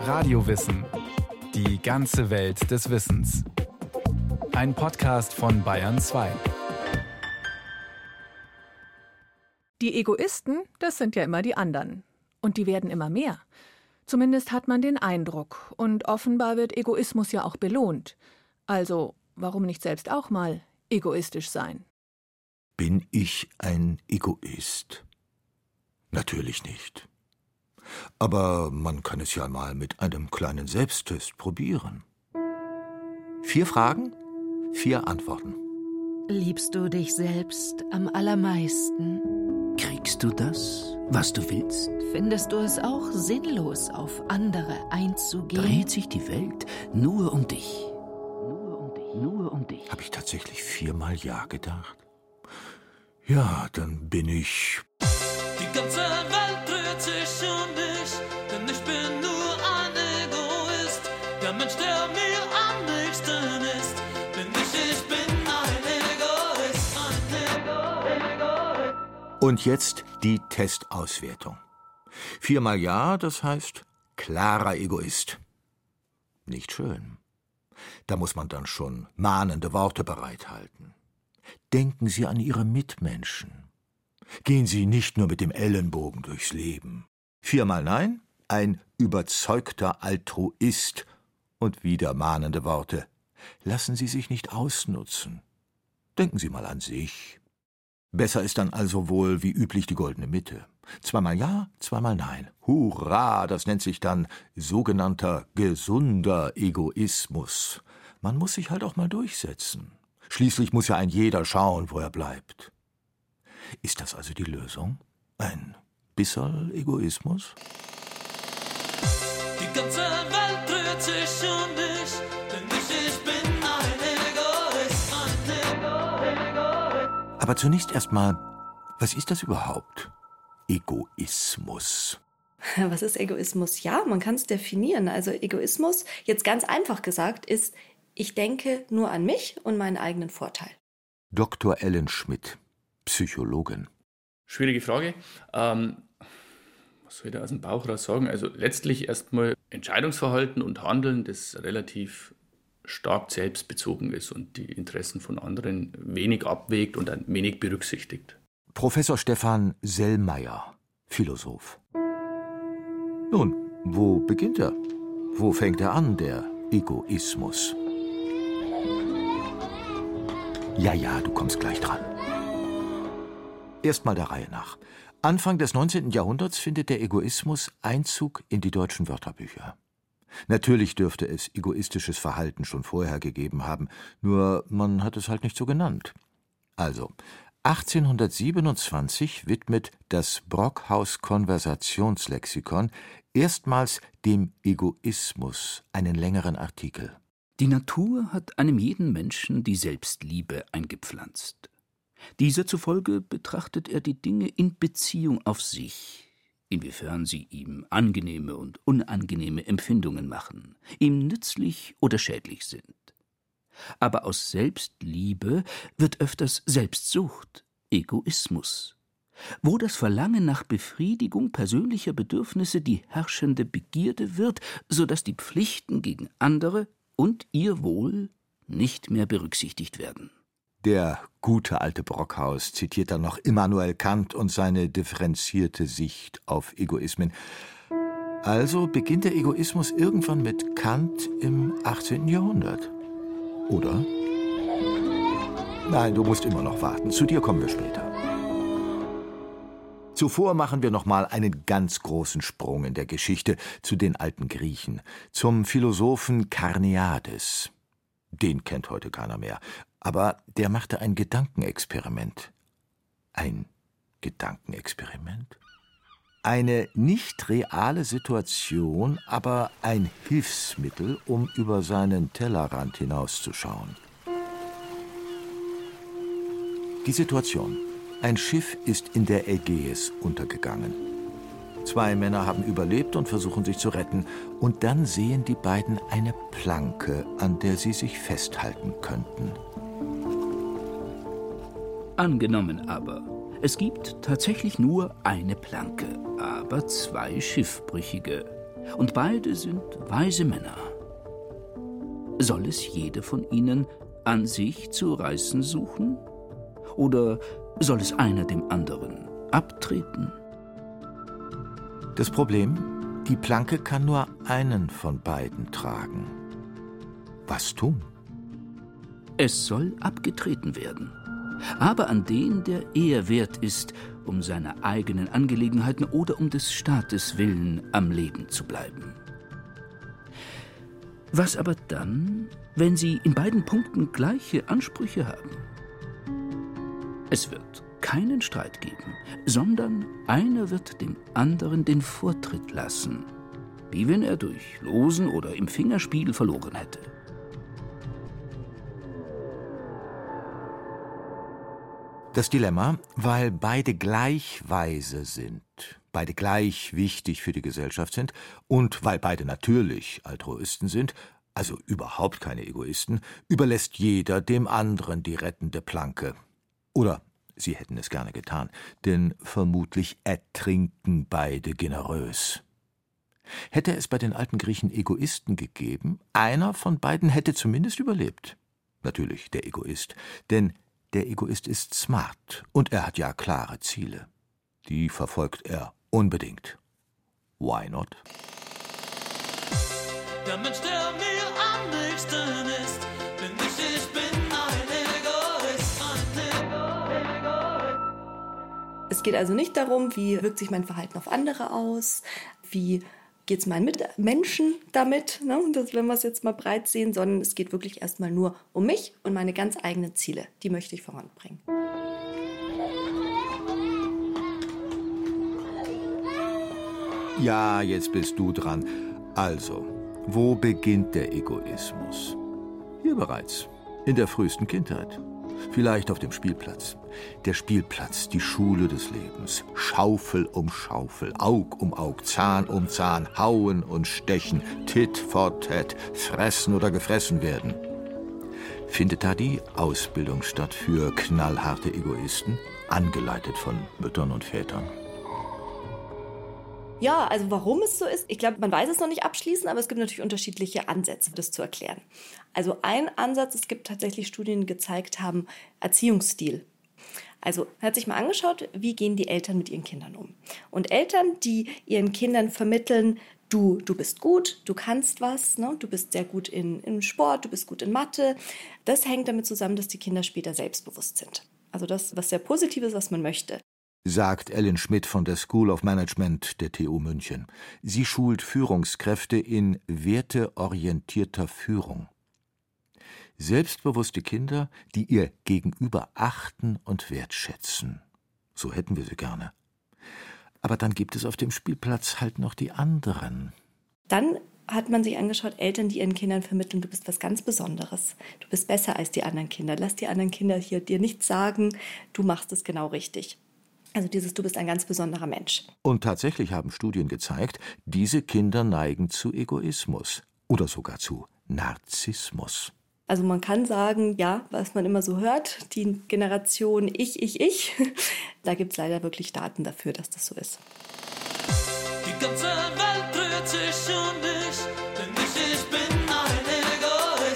Radiowissen. Die ganze Welt des Wissens. Ein Podcast von Bayern 2. Die Egoisten, das sind ja immer die anderen. Und die werden immer mehr. Zumindest hat man den Eindruck. Und offenbar wird Egoismus ja auch belohnt. Also, warum nicht selbst auch mal egoistisch sein? Bin ich ein Egoist? Natürlich nicht. Aber man kann es ja mal mit einem kleinen Selbsttest probieren. 4 Fragen, 4 Antworten. Liebst du dich selbst am allermeisten? Kriegst du das, was du willst? Findest du es auch sinnlos, auf andere einzugehen? Dreht sich die Welt nur um dich? Nur um dich, nur um dich. Habe ich tatsächlich 4-mal Ja gedacht? Ja, dann bin ich... Die ganze Welt dreht sich um mich, denn ich bin nur ein Egoist. Der Mensch, der mir am nächsten ist, bin ich bin ein Egoist, ein Egoist. Und jetzt die Testauswertung. 4-mal Ja, das heißt klarer Egoist. Nicht schön. Da muss man dann schon mahnende Worte bereithalten. Denken Sie an Ihre Mitmenschen. Gehen Sie nicht nur mit dem Ellenbogen durchs Leben. 4-mal Nein, ein überzeugter Altruist. Und wieder mahnende Worte. Lassen Sie sich nicht ausnutzen. Denken Sie mal an sich. Besser ist dann also wohl wie üblich die goldene Mitte. 2-mal Ja, 2-mal Nein. Hurra, das nennt sich dann sogenannter gesunder Egoismus. Man muss sich halt auch mal durchsetzen. Schließlich muss ja ein jeder schauen, wo er bleibt. Ist das also die Lösung? Ein bisserl Egoismus? Die ganze Welt dreht sich um mich, denn ich bin ein Egoist, ein Egoist. Aber zunächst erstmal, was ist das überhaupt? Egoismus. Was ist Egoismus? Ja, man kann es definieren. Also Egoismus, jetzt ganz einfach gesagt, ist, ich denke nur an mich und meinen eigenen Vorteil. Dr. Ellen Schmidt, Psychologin. Schwierige Frage. Was soll ich da aus dem Bauch raus sagen? Also letztlich erstmal Entscheidungsverhalten und Handeln, das relativ stark selbstbezogen ist und die Interessen von anderen wenig abwägt und ein wenig berücksichtigt. Professor Stefan Sellmeier, Philosoph. Nun, wo beginnt er? Wo fängt er an, der Egoismus? Ja, du kommst gleich dran. Erstmal der Reihe nach. Anfang des 19. Jahrhunderts findet der Egoismus Einzug in die deutschen Wörterbücher. Natürlich dürfte es egoistisches Verhalten schon vorher gegeben haben, nur man hat es halt nicht so genannt. Also, 1827 widmet das Brockhaus Konversationslexikon erstmals dem Egoismus einen längeren Artikel. Die Natur hat einem jeden Menschen die Selbstliebe eingepflanzt. Dieser zufolge betrachtet er die Dinge in Beziehung auf sich, inwiefern sie ihm angenehme und unangenehme Empfindungen machen, ihm nützlich oder schädlich sind. Aber aus Selbstliebe wird öfters Selbstsucht, Egoismus, wo das Verlangen nach Befriedigung persönlicher Bedürfnisse die herrschende Begierde wird, so dass die Pflichten gegen andere und ihr Wohl nicht mehr berücksichtigt werden. Der gute alte Brockhaus zitiert dann noch Immanuel Kant und seine differenzierte Sicht auf Egoismen. Also beginnt der Egoismus irgendwann mit Kant im 18. Jahrhundert. Oder? Nein, du musst immer noch warten. Zu dir kommen wir später. Zuvor machen wir noch mal einen ganz großen Sprung in der Geschichte zu den alten Griechen, zum Philosophen Karneades. Den kennt heute keiner mehr, aber der machte ein Gedankenexperiment. Ein Gedankenexperiment? Eine nicht reale Situation, aber ein Hilfsmittel, um über seinen Tellerrand hinauszuschauen. Die Situation: Ein Schiff ist in der Ägäis untergegangen. 2 Männer haben überlebt und versuchen sich zu retten. Und dann sehen die beiden eine Planke, an der sie sich festhalten könnten. Angenommen aber, es gibt tatsächlich nur eine Planke, aber 2 Schiffbrüchige. Und beide sind weise Männer. Soll es jeder von ihnen an sich zu reißen suchen? Oder soll es einer dem anderen abtreten? Das Problem: Die Planke kann nur einen von beiden tragen. Was tun? Es soll abgetreten werden, aber an den, der eher wert ist, um seine eigenen Angelegenheiten oder um des Staates willen am Leben zu bleiben. Was aber dann, wenn sie in beiden Punkten gleiche Ansprüche haben? Es wird keinen Streit geben, sondern einer wird dem anderen den Vortritt lassen, wie wenn er durch Losen oder im Fingerspiel verloren hätte. Das Dilemma: Weil beide gleich weise sind, beide gleich wichtig für die Gesellschaft sind und weil beide natürlich Altruisten sind, also überhaupt keine Egoisten, überlässt jeder dem anderen die rettende Planke. Oder sie hätten es gerne getan, denn vermutlich ertrinken beide generös. Hätte es bei den alten Griechen Egoisten gegeben, einer von beiden hätte zumindest überlebt. Natürlich der Egoist, denn der Egoist ist smart und er hat ja klare Ziele. Die verfolgt er unbedingt. Why not? Der Mensch, der mir am nächsten ist, bin ich bin ein Egoist, Es geht also nicht darum, wie wirkt sich mein Verhalten auf andere aus, wie geht es meinen Mitmenschen damit, ne? Das, wenn wir es jetzt mal breit sehen, sondern es geht wirklich erstmal nur um mich und meine ganz eigenen Ziele. Die möchte ich voranbringen. Ja, jetzt bist du dran. Also, wo beginnt der Egoismus? Hier bereits, in der frühesten Kindheit. Vielleicht auf dem Spielplatz. Der Spielplatz, die Schule des Lebens. Schaufel um Schaufel, Aug um Aug, Zahn um Zahn, hauen und stechen, Tit for Tat, fressen oder gefressen werden. Findet da die Ausbildung statt für knallharte Egoisten, angeleitet von Müttern und Vätern? Ja, also warum es so ist, ich glaube, man weiß es noch nicht abschließend, aber es gibt natürlich unterschiedliche Ansätze, das zu erklären. Also ein Ansatz, es gibt tatsächlich Studien, die gezeigt haben, Erziehungsstil. Also man hat sich mal angeschaut, wie gehen die Eltern mit ihren Kindern um. Und Eltern, die ihren Kindern vermitteln, du bist gut, du kannst was, ne? Du bist sehr gut in Sport, du bist gut in Mathe, das hängt damit zusammen, dass die Kinder später selbstbewusst sind. Also das, was sehr Positives, was man möchte. Sagt Ellen Schmidt von der School of Management der TU München. Sie schult Führungskräfte in werteorientierter Führung. Selbstbewusste Kinder, die ihr Gegenüber achten und wertschätzen. So hätten wir sie gerne. Aber dann gibt es auf dem Spielplatz halt noch die anderen. Dann hat man sich angeschaut, Eltern, die ihren Kindern vermitteln, du bist was ganz Besonderes. Du bist besser als die anderen Kinder. Lass die anderen Kinder hier dir nichts sagen, du machst es genau richtig. Also du bist ein ganz besonderer Mensch. Und tatsächlich haben Studien gezeigt, diese Kinder neigen zu Egoismus oder sogar zu Narzissmus. Also man kann sagen, ja, was man immer so hört, die Generation ich, da gibt es leider wirklich Daten dafür, dass das so ist. Die ganze Welt dreht sich um mich, denn ich bin ein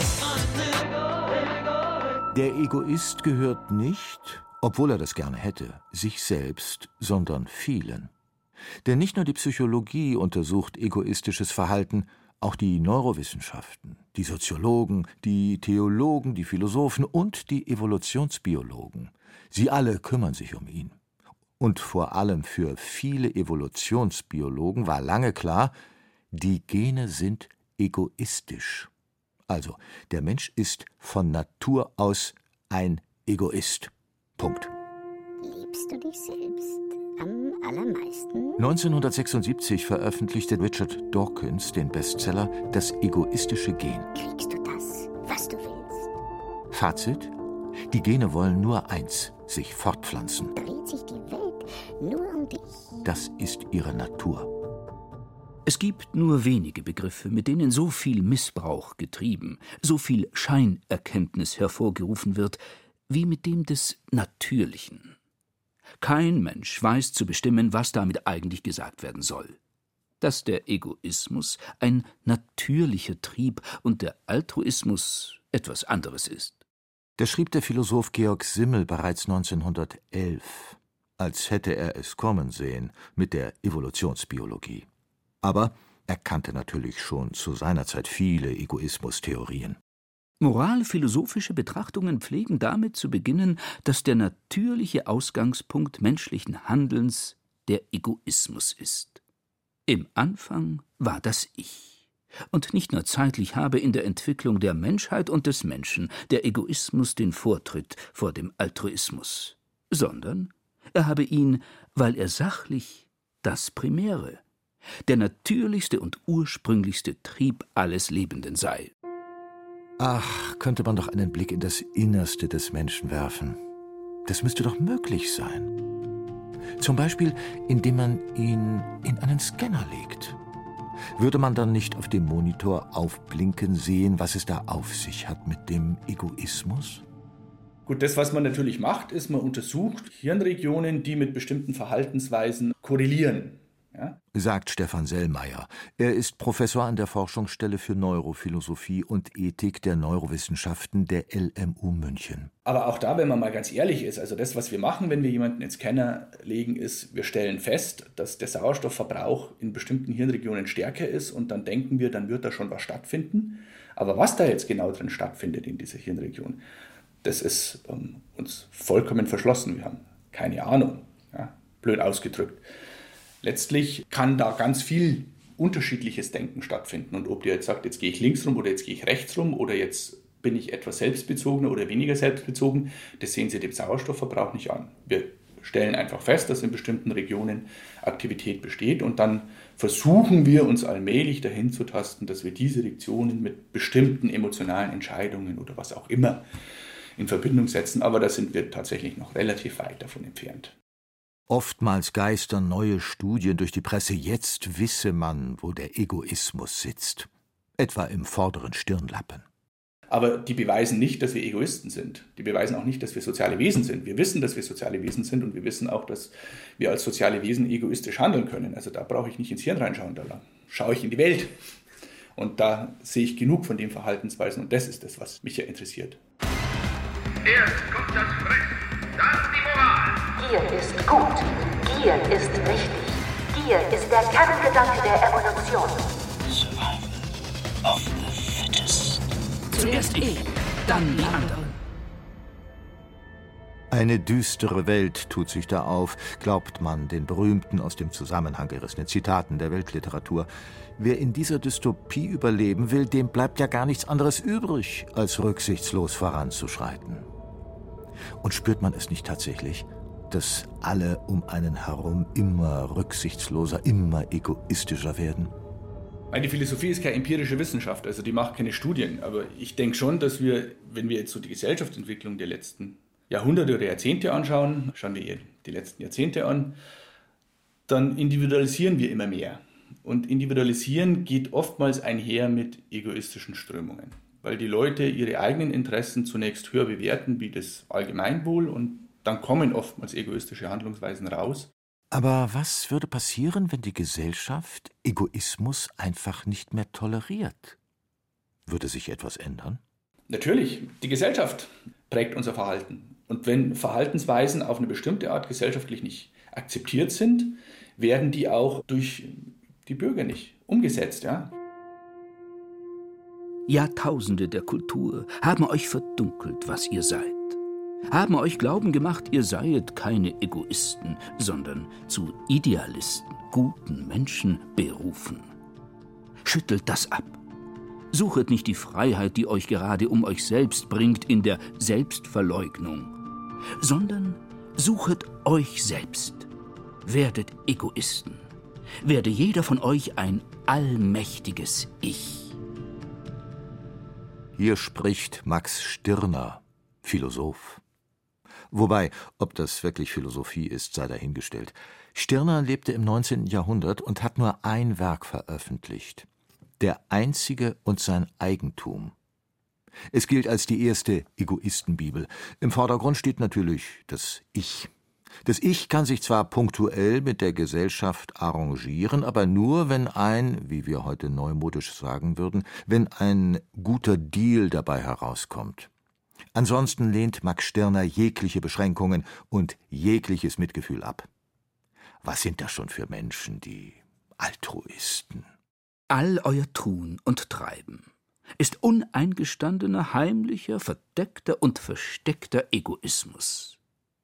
Egoist, Der Egoist gehört nicht, obwohl er das gerne hätte, sich selbst, sondern vielen. Denn nicht nur die Psychologie untersucht egoistisches Verhalten, auch die Neurowissenschaften, die Soziologen, die Theologen, die Philosophen und die Evolutionsbiologen. Sie alle kümmern sich um ihn. Und vor allem für viele Evolutionsbiologen war lange klar, die Gene sind egoistisch. Also, der Mensch ist von Natur aus ein Egoist. Punkt. Liebst du dich selbst am allermeisten? 1976 veröffentlichte Richard Dawkins den Bestseller »Das egoistische Gen«. Kriegst du das, was du willst? Fazit: Die Gene wollen nur eins, sich fortpflanzen. Dreht sich die Welt nur um dich? Das ist ihre Natur. Es gibt nur wenige Begriffe, mit denen so viel Missbrauch getrieben, so viel Scheinerkenntnis hervorgerufen wird, wie mit dem des Natürlichen. Kein Mensch weiß zu bestimmen, was damit eigentlich gesagt werden soll. dass der Egoismus ein natürlicher Trieb und der Altruismus etwas anderes ist. Das schrieb der Philosoph Georg Simmel bereits 1911, als hätte er es kommen sehen mit der Evolutionsbiologie. Aber er kannte natürlich schon zu seiner Zeit viele Egoismustheorien. Moralphilosophische Betrachtungen pflegen damit zu beginnen, dass der natürliche Ausgangspunkt menschlichen Handelns der Egoismus ist. Im Anfang war das Ich. Und nicht nur zeitlich habe in der Entwicklung der Menschheit und des Menschen der Egoismus den Vortritt vor dem Altruismus, sondern er habe ihn, weil er sachlich das Primäre, der natürlichste und ursprünglichste Trieb alles Lebenden sei. Ach, könnte man doch einen Blick in das Innerste des Menschen werfen. Das müsste doch möglich sein. Zum Beispiel, indem man ihn in einen Scanner legt. Würde man dann nicht auf dem Monitor aufblinken sehen, was es da auf sich hat mit dem Egoismus? Gut, das, was man natürlich macht, ist, man untersucht Hirnregionen, die mit bestimmten Verhaltensweisen korrelieren. Ja? Sagt Stefan Sellmeier. Er ist Professor an der Forschungsstelle für Neurophilosophie und Ethik der Neurowissenschaften der LMU München. Aber auch da, wenn man mal ganz ehrlich ist, also das, was wir machen, wenn wir jemanden ins Scanner legen, ist, wir stellen fest, dass der Sauerstoffverbrauch in bestimmten Hirnregionen stärker ist und dann denken wir, dann wird da schon was stattfinden. Aber was da jetzt genau drin stattfindet in dieser Hirnregion, das ist uns vollkommen verschlossen. Wir haben keine Ahnung, ja? Blöd ausgedrückt. Letztlich kann da ganz viel unterschiedliches Denken stattfinden. Und ob der jetzt sagt, jetzt gehe ich links rum oder jetzt gehe ich rechts rum oder jetzt bin ich etwas selbstbezogener oder weniger selbstbezogen, das sehen Sie dem Sauerstoffverbrauch nicht an. Wir stellen einfach fest, dass in bestimmten Regionen Aktivität besteht und dann versuchen wir uns allmählich dahin zu tasten, dass wir diese Regionen mit bestimmten emotionalen Entscheidungen oder was auch immer in Verbindung setzen. Aber da sind wir tatsächlich noch relativ weit davon entfernt. Oftmals geistern neue Studien durch die Presse, jetzt wisse man, wo der Egoismus sitzt. Etwa im vorderen Stirnlappen. Aber die beweisen nicht, dass wir Egoisten sind. Die beweisen auch nicht, dass wir soziale Wesen sind. Wir wissen, dass wir soziale Wesen sind und wir wissen auch, dass wir als soziale Wesen egoistisch handeln können. Also da brauche ich nicht ins Hirn reinschauen, da schaue ich in die Welt. Und da sehe ich genug von den Verhaltensweisen und das ist das, was mich ja interessiert. Erst kommt das Recht, dann die Moral. Gier ist gut, Gier ist richtig. Gier ist der Kerngedanke der Evolution. Survival of the fittest. Zuerst ich, dann die anderen. Eine düstere Welt tut sich da auf, glaubt man den berühmten, aus dem Zusammenhang gerissenen Zitaten der Weltliteratur. Wer in dieser Dystopie überleben will, dem bleibt ja gar nichts anderes übrig, als rücksichtslos voranzuschreiten. Und spürt man es nicht tatsächlich, dass alle um einen herum immer rücksichtsloser, immer egoistischer werden? Die Philosophie ist keine empirische Wissenschaft, also die macht keine Studien. Aber ich denke schon, dass wir, wenn wir jetzt so die Gesellschaftsentwicklung der letzten Jahrhunderte oder Jahrzehnte anschauen, schauen wir die letzten Jahrzehnte an, dann individualisieren wir immer mehr. Und individualisieren geht oftmals einher mit egoistischen Strömungen, weil die Leute ihre eigenen Interessen zunächst höher bewerten wie das Allgemeinwohl und dann kommen oftmals egoistische Handlungsweisen raus. Aber was würde passieren, wenn die Gesellschaft Egoismus einfach nicht mehr toleriert? Würde sich etwas ändern? Natürlich, die Gesellschaft prägt unser Verhalten. Und wenn Verhaltensweisen auf eine bestimmte Art gesellschaftlich nicht akzeptiert sind, werden die auch durch die Bürger nicht umgesetzt. Ja? Jahrtausende der Kultur haben euch verdunkelt, was ihr seid. Haben euch glauben gemacht, ihr seiet keine Egoisten, sondern zu Idealisten, guten Menschen berufen. Schüttelt das ab. Suchet nicht die Freiheit, die euch gerade um euch selbst bringt, in der Selbstverleugnung, sondern suchet euch selbst. Werdet Egoisten. Werde jeder von euch ein allmächtiges Ich. Hier spricht Max Stirner, Philosoph. Wobei, ob das wirklich Philosophie ist, sei dahingestellt. Stirner lebte im 19. Jahrhundert und hat nur ein Werk veröffentlicht. Der Einzige und sein Eigentum. Es gilt als die erste Egoistenbibel. Im Vordergrund steht natürlich das Ich. Das Ich kann sich zwar punktuell mit der Gesellschaft arrangieren, aber nur, wenn wie wir heute neumodisch sagen würden, wenn ein guter Deal dabei herauskommt. Ansonsten lehnt Max Stirner jegliche Beschränkungen und jegliches Mitgefühl ab. Was sind das schon für Menschen, die Altruisten? All euer Tun und Treiben ist uneingestandener, heimlicher, verdeckter und versteckter Egoismus.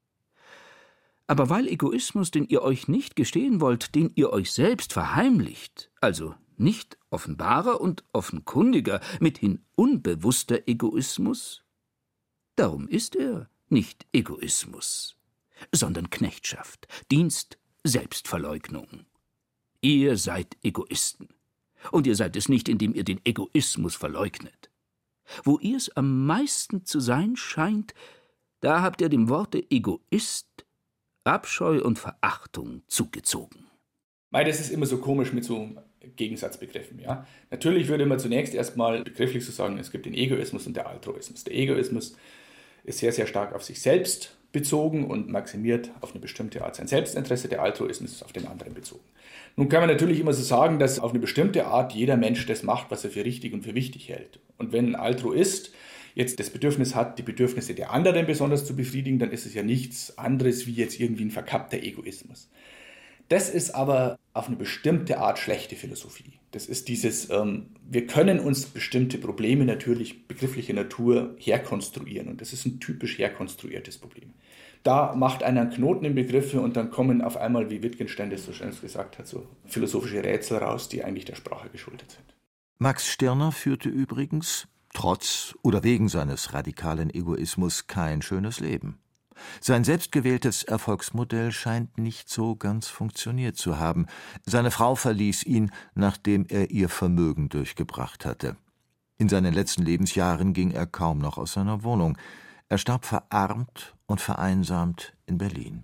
Aber weil Egoismus, den ihr euch nicht gestehen wollt, den ihr euch selbst verheimlicht, also nicht offenbarer und offenkundiger, mithin unbewusster Egoismus, darum ist er nicht Egoismus, sondern Knechtschaft, Dienst, Selbstverleugnung. Ihr seid Egoisten. Und ihr seid es nicht, indem ihr den Egoismus verleugnet. Wo ihr es am meisten zu sein scheint, da habt ihr dem Worte Egoist Abscheu und Verachtung zugezogen. Das ist immer so komisch mit so Gegensatzbegriffen. Ja? Natürlich würde man zunächst erstmal begrifflich so sagen, es gibt den Egoismus und der Altruismus. Der Egoismus ist sehr, sehr stark auf sich selbst bezogen und maximiert auf eine bestimmte Art sein Selbstinteresse. Der Altruismus ist auf den anderen bezogen. Nun kann man natürlich immer so sagen, dass auf eine bestimmte Art jeder Mensch das macht, was er für richtig und für wichtig hält. Und wenn ein Altruist jetzt das Bedürfnis hat, die Bedürfnisse der anderen besonders zu befriedigen, dann ist es ja nichts anderes wie jetzt irgendwie ein verkappter Egoismus. Das ist aber auf eine bestimmte Art schlechte Philosophie. Das ist dieses, wir können uns bestimmte Probleme natürlich begrifflicher Natur herkonstruieren. Und das ist ein typisch herkonstruiertes Problem. Da macht einer einen Knoten in Begriffe und dann kommen auf einmal, wie Wittgenstein das so schön gesagt hat, so philosophische Rätsel raus, die eigentlich der Sprache geschuldet sind. Max Stirner führte übrigens, trotz oder wegen seines radikalen Egoismus, kein schönes Leben. Sein selbstgewähltes Erfolgsmodell scheint nicht so ganz funktioniert zu haben. Seine Frau verließ ihn, nachdem er ihr Vermögen durchgebracht hatte. In seinen letzten Lebensjahren ging er kaum noch aus seiner Wohnung. Er starb verarmt und vereinsamt in Berlin.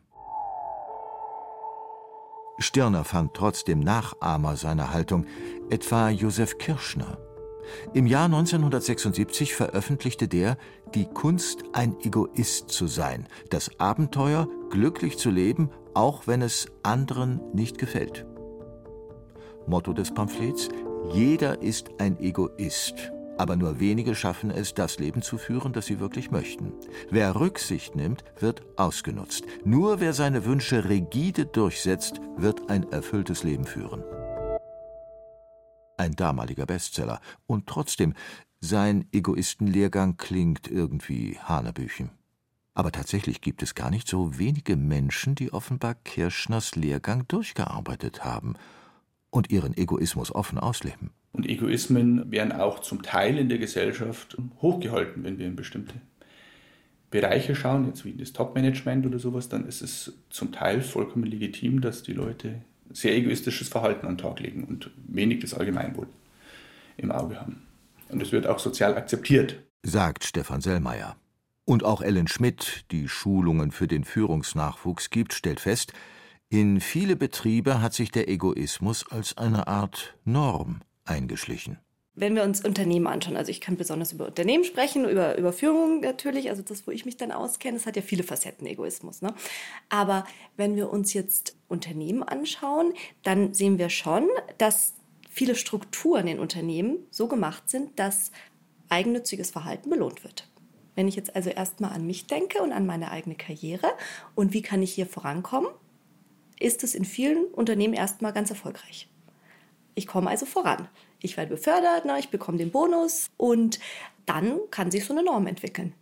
Stirner fand trotzdem Nachahmer seiner Haltung, etwa Josef Kirschner. Im Jahr 1976 veröffentlichte der »Die Kunst, ein Egoist zu sein. Das Abenteuer, glücklich zu leben, auch wenn es anderen nicht gefällt.« Motto des Pamphlets: Jeder ist ein Egoist, aber nur wenige schaffen es, das Leben zu führen, das sie wirklich möchten. Wer Rücksicht nimmt, wird ausgenutzt. Nur wer seine Wünsche rigide durchsetzt, wird ein erfülltes Leben führen. Ein damaliger Bestseller. Und trotzdem, sein Egoistenlehrgang klingt irgendwie hanebüchen. Aber tatsächlich gibt es gar nicht so wenige Menschen, die offenbar Kirschners Lehrgang durchgearbeitet haben und ihren Egoismus offen ausleben. Und Egoismen werden auch zum Teil in der Gesellschaft hochgehalten, wenn wir in bestimmte Bereiche schauen, jetzt wie in das Top-Management oder sowas, dann ist es zum Teil vollkommen legitim, dass die Leute sehr egoistisches Verhalten an den Tag legen und wenig das Allgemeinwohl im Auge haben. Und es wird auch sozial akzeptiert, sagt Stefan Sellmeier. Und auch Ellen Schmidt, die Schulungen für den Führungsnachwuchs gibt, stellt fest, in viele Betriebe hat sich der Egoismus als eine Art Norm eingeschlichen. Wenn wir uns Unternehmen anschauen, also ich kann besonders über Unternehmen sprechen, über Führung natürlich, also das, wo ich mich dann auskenne, das hat ja viele Facetten, Egoismus, ne? Aber wenn wir uns jetzt Unternehmen anschauen, dann sehen wir schon, dass viele Strukturen in Unternehmen so gemacht sind, dass eigennütziges Verhalten belohnt wird. Wenn ich jetzt also erstmal an mich denke und an meine eigene Karriere und wie kann ich hier vorankommen, ist es in vielen Unternehmen erstmal ganz erfolgreich. Ich komme also voran. Ich werde befördert, ich bekomme den Bonus und dann kann sich so eine Norm entwickeln.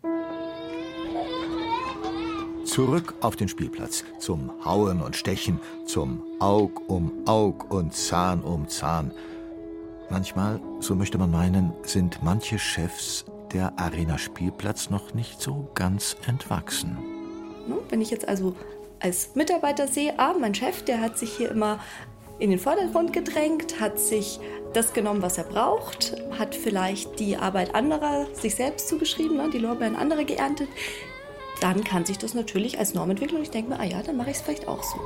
Zurück auf den Spielplatz, zum Hauen und Stechen, zum Aug um Aug und Zahn um Zahn. Manchmal, so möchte man meinen, sind manche Chefs der Arena-Spielplatz noch nicht so ganz entwachsen. Wenn ich jetzt also als Mitarbeiter sehe, mein Chef, der hat sich hier immer in den Vordergrund gedrängt, hat sich das genommen, was er braucht, hat vielleicht die Arbeit anderer sich selbst zugeschrieben, die Lorbeeren anderer geerntet, dann kann sich das natürlich als Norm entwickeln und ich denke mir, dann mache ich es vielleicht auch so.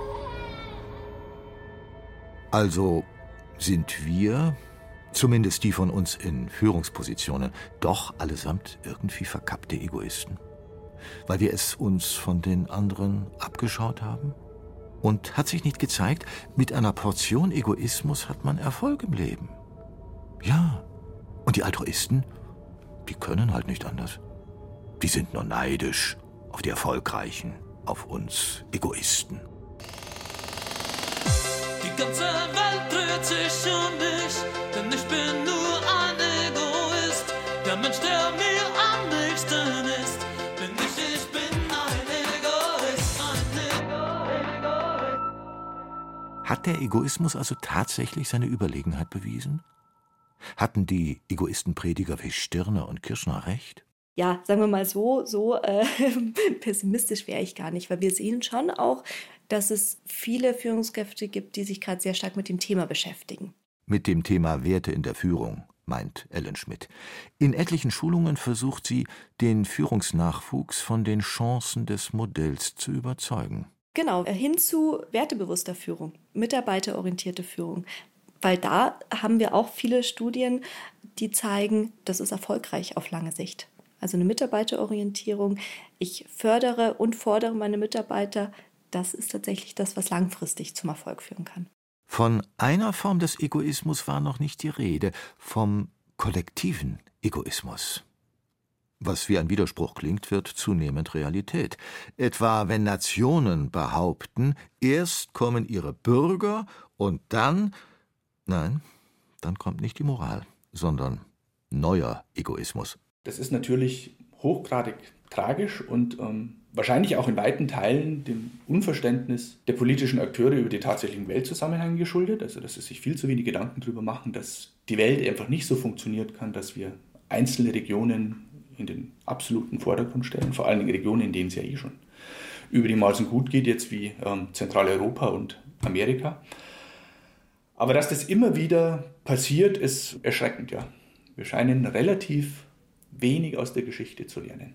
Also sind wir, zumindest die von uns in Führungspositionen, doch allesamt irgendwie verkappte Egoisten. Weil wir es uns von den anderen abgeschaut haben? Und hat sich nicht gezeigt, mit einer Portion Egoismus hat man Erfolg im Leben. Ja, und die Altruisten, die können halt nicht anders. Die sind nur neidisch auf die Erfolgreichen, auf uns Egoisten. Die ganze Welt dreht sich um mich, denn ich bin nur ein Egoist. Der Mensch, der mir am nächsten ist, bin ich bin ein Egoist, Hat der Egoismus also tatsächlich seine Überlegenheit bewiesen? Hatten die Egoistenprediger wie Stirner und Kirschner recht? Ja, sagen wir mal so pessimistisch wäre ich gar nicht, weil wir sehen schon auch, dass es viele Führungskräfte gibt, die sich gerade sehr stark mit dem Thema beschäftigen. Mit dem Thema Werte in der Führung, meint Ellen Schmidt. In etlichen Schulungen versucht sie, den Führungsnachwuchs von den Chancen des Modells zu überzeugen. Genau, hin zu wertebewusster Führung, mitarbeiterorientierte Führung. Weil da haben wir auch viele Studien, die zeigen, das ist erfolgreich auf lange Sicht. Also eine Mitarbeiterorientierung, ich fördere und fordere meine Mitarbeiter, das ist tatsächlich das, was langfristig zum Erfolg führen kann. Von einer Form des Egoismus war noch nicht die Rede, vom kollektiven Egoismus. Was wie ein Widerspruch klingt, wird zunehmend Realität. Etwa wenn Nationen behaupten, erst kommen ihre Bürger und dann... Nein, dann kommt nicht die Moral, sondern neuer Egoismus. Das ist natürlich hochgradig tragisch und wahrscheinlich auch in weiten Teilen dem Unverständnis der politischen Akteure über die tatsächlichen Weltzusammenhänge geschuldet. Also dass sie sich viel zu wenig Gedanken darüber machen, dass die Welt einfach nicht so funktionieren kann, dass wir einzelne Regionen in den absoluten Vordergrund stellen, vor allem in Regionen, in denen es ja schon über die Maßen gut geht, jetzt wie Zentraleuropa und Amerika. Aber dass das immer wieder passiert, ist erschreckend, ja. Wir scheinen relativ wenig aus der Geschichte zu lernen.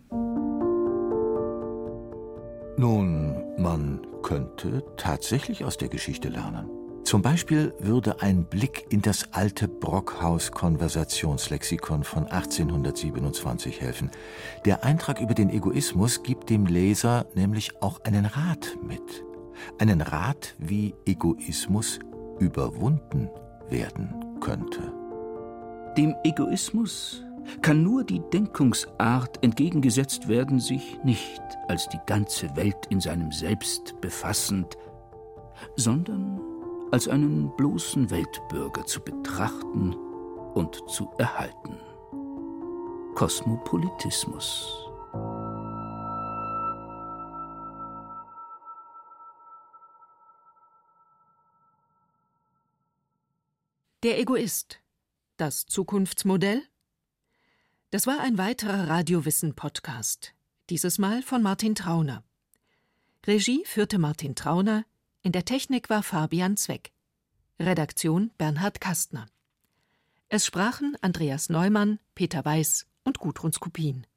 Nun, man könnte tatsächlich aus der Geschichte lernen. Zum Beispiel würde ein Blick in das alte Brockhaus-Konversationslexikon von 1827 helfen. Der Eintrag über den Egoismus gibt dem Leser nämlich auch einen Rat mit. Einen Rat, wie Egoismus überwunden werden könnte. Dem Egoismus kann nur die Denkungsart entgegengesetzt werden, sich nicht als die ganze Welt in seinem Selbst befassend, sondern als einen bloßen Weltbürger zu betrachten und zu erhalten. Kosmopolitismus. Der Egoist. Das Zukunftsmodell? Das war ein weiterer Radiowissen-Podcast. Dieses Mal von Martin Trauner. Regie führte Martin Trauner, in der Technik war Fabian Zweck. Redaktion Bernhard Kastner. Es sprachen Andreas Neumann, Peter Weiß und Gudrun Skupin.